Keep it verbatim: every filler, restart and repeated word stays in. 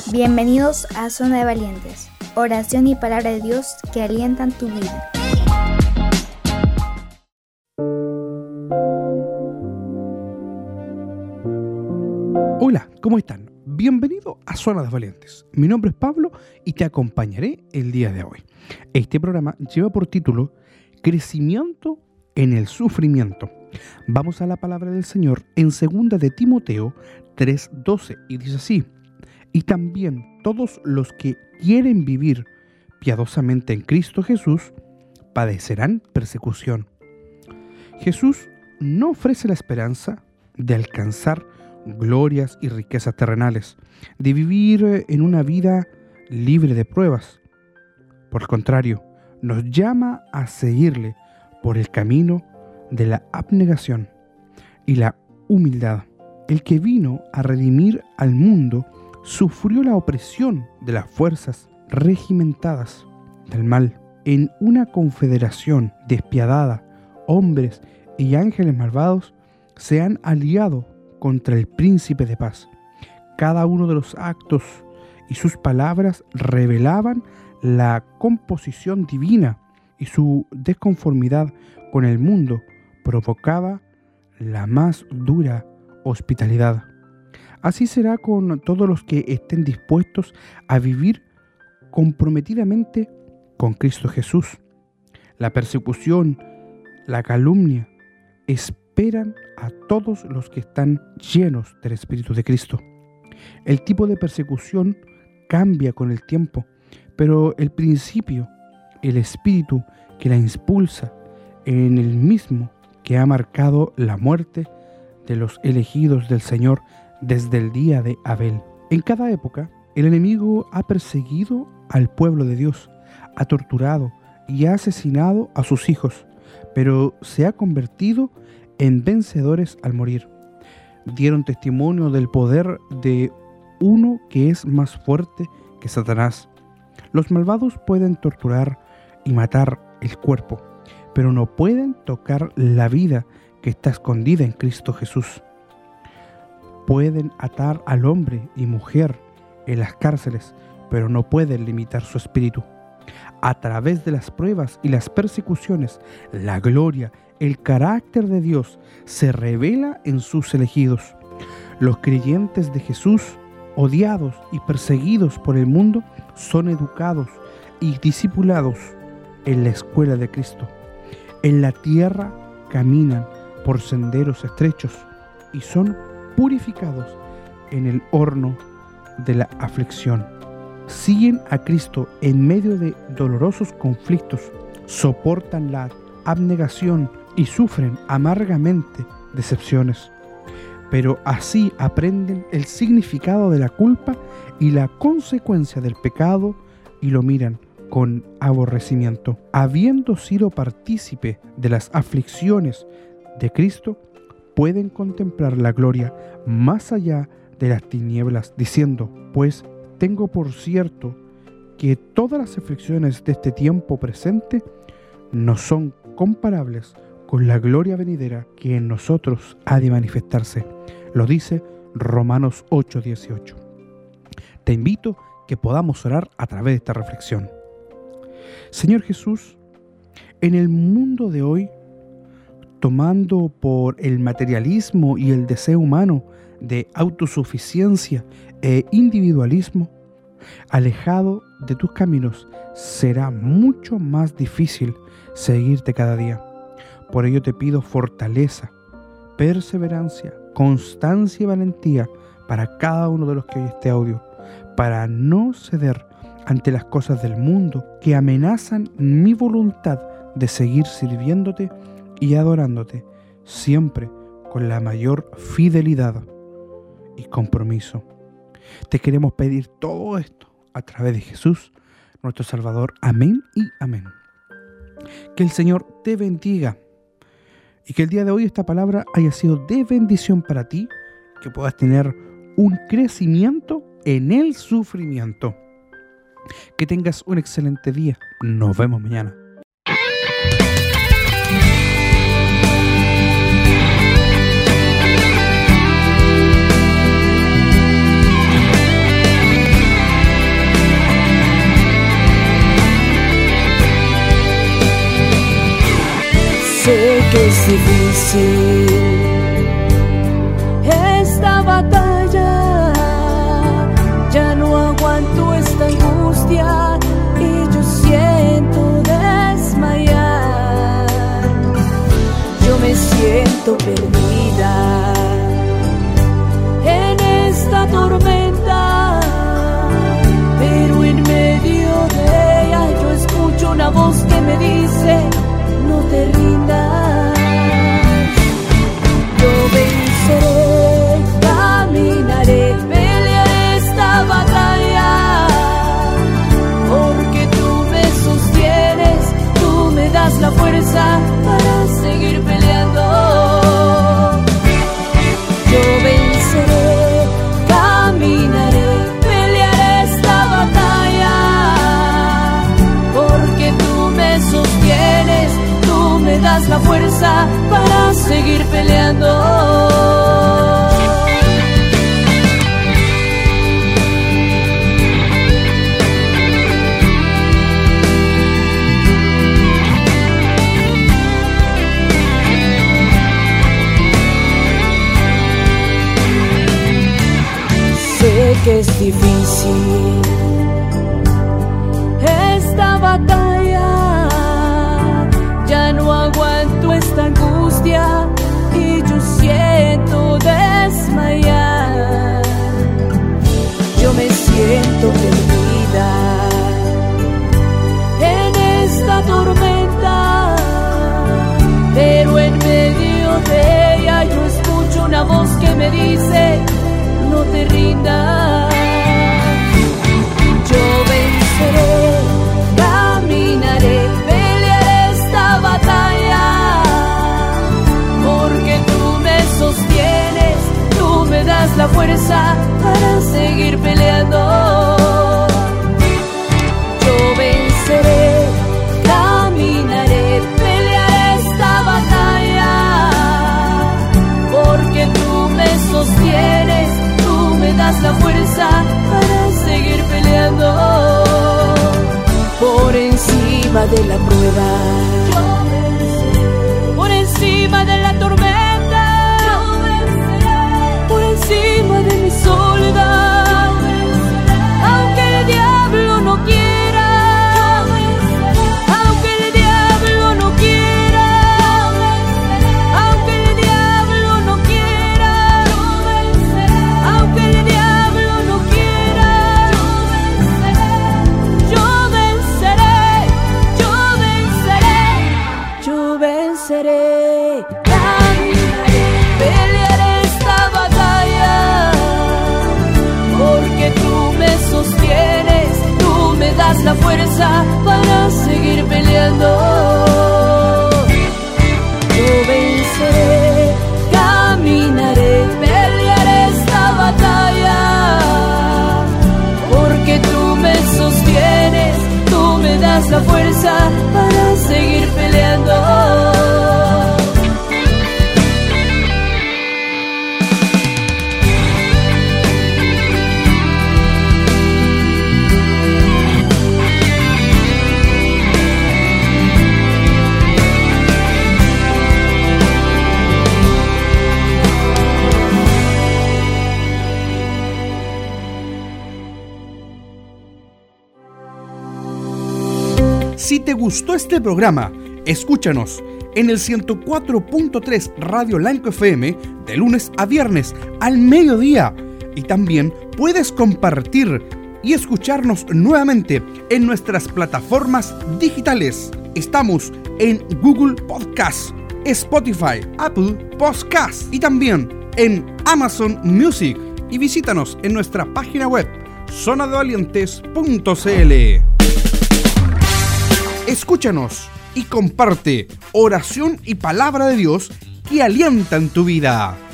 Bienvenidos a Zona de Valientes, oración y palabra de Dios que alientan tu vida. Hola, ¿cómo están? Bienvenido a Zona de Valientes. Mi nombre es Pablo y te acompañaré el día de hoy. Este programa lleva por título Crecimiento en el sufrimiento. Vamos a la palabra del Señor en segunda de Timoteo tres doce y dice así: y también todos los que quieren vivir piadosamente en Cristo Jesús padecerán persecución. Jesús no ofrece la esperanza de alcanzar glorias y riquezas terrenales, de vivir en una vida libre de pruebas. Por el contrario, nos llama a seguirle por el camino de la abnegación y la humildad. El que vino a redimir al mundo sufrió la opresión de las fuerzas regimentadas del mal. En una confederación despiadada, hombres y ángeles malvados se han aliado contra el príncipe de paz. Cada uno de los actos y sus palabras revelaban la composición divina, y su desconformidad con el mundo provocaba la más dura hospitalidad. Así será con todos los que estén dispuestos a vivir comprometidamente con Cristo Jesús. La persecución, la calumnia, esperan a todos los que están llenos del Espíritu de Cristo. El tipo de persecución cambia con el tiempo, pero el principio, el espíritu que la impulsa, en el mismo que ha marcado la muerte de los elegidos del Señor desde el día de Abel. En cada época, el enemigo ha perseguido al pueblo de Dios, ha torturado y ha asesinado a sus hijos, pero se ha convertido en vencedores al morir. Dieron testimonio del poder de uno que es más fuerte que Satanás. Los malvados pueden torturar y matar el cuerpo, pero no pueden tocar la vida que está escondida en Cristo Jesús. Pueden atar al hombre y mujer en las cárceles, pero no pueden limitar su espíritu. A través de las pruebas y las persecuciones, la gloria, el carácter de Dios se revela en sus elegidos. Los creyentes de Jesús, odiados y perseguidos por el mundo, son educados y discipulados en la escuela de Cristo. En la tierra caminan por senderos estrechos y son purificados en el horno de la aflicción. Siguen a Cristo en medio de dolorosos conflictos, soportan la abnegación y sufren amargamente decepciones. Pero así aprenden el significado de la culpa y la consecuencia del pecado y lo miran con aborrecimiento. Habiendo sido partícipe de las aflicciones de Cristo, pueden contemplar la gloria más allá de las tinieblas, diciendo: pues tengo por cierto que todas las aflicciones de este tiempo presente no son comparables con la gloria venidera que en nosotros ha de manifestarse. Lo dice Romanos ocho dieciocho. Te invito que podamos orar a través de esta reflexión. Señor Jesús, en el mundo de hoy, tomando por el materialismo y el deseo humano de autosuficiencia e individualismo, alejado de tus caminos, será mucho más difícil seguirte cada día. Por ello te pido fortaleza, perseverancia, constancia y valentía para cada uno de los que oye este audio, para no ceder ante las cosas del mundo que amenazan mi voluntad de seguir sirviéndote y adorándote, siempre con la mayor fidelidad y compromiso. Te queremos pedir todo esto a través de Jesús, nuestro Salvador. Amén y amén. Que el Señor te bendiga y que el día de hoy esta palabra haya sido de bendición para ti, que puedas tener un crecimiento en el sufrimiento. Que tengas un excelente día. Nos vemos mañana. que es difícil esta batalla, ya no aguanto esta angustia y yo siento desmayar. Yo me siento perdida en esta tormenta, pero en medio de ella yo escucho una voz que me dice: no te rindas. Yo venceré, caminaré, pelearé esta batalla, porque tú me sostienes, tú me das la fuerza para seguir peleando. Yo venceré, caminaré, pelearé esta batalla, porque tú me sostienes, tú me das la fuerza para seguir peleando. Sé que es difícil esta batalla, ya no aguanto esta angustia y yo siento desmayar. Yo me siento perdida en esta tormenta, pero en medio de ella yo escucho una voz que me dice: no te rindas. Yo venceré, caminaré, pelearé esta batalla, porque tú me sostienes, tú me das la fuerza para seguir peleando. Yo venceré, caminaré, pelearé esta batalla, porque tú me sostienes, tú me das la fuerza para seguir peleando. Por encima de la prueba, por encima de la tormenta, por encima de mi soledad, aunque el diablo no quiera, aunque el diablo no quiera, aunque el diablo no quiera, aunque el diablo no quiera, yo venceré, yo venceré, yo venceré, caminaré, pelearé esta batalla, porque tú me sostienes, tú me das la fuerza para seguir peleando. Yo venceré, caminaré, pelearé esta batalla, porque tú me sostienes, tú me das la fuerza para seguir peleando. Si te gustó este programa, escúchanos en el ciento cuatro punto tres Radio Lanco F M de lunes a viernes al mediodía, y también puedes compartir y escucharnos nuevamente en nuestras plataformas digitales. Estamos en Google Podcast, Spotify, Apple Podcast y también en Amazon Music. Y visítanos en nuestra página web zona de valientes punto c l. Escúchanos y comparte oración y palabra de Dios que alientan tu vida.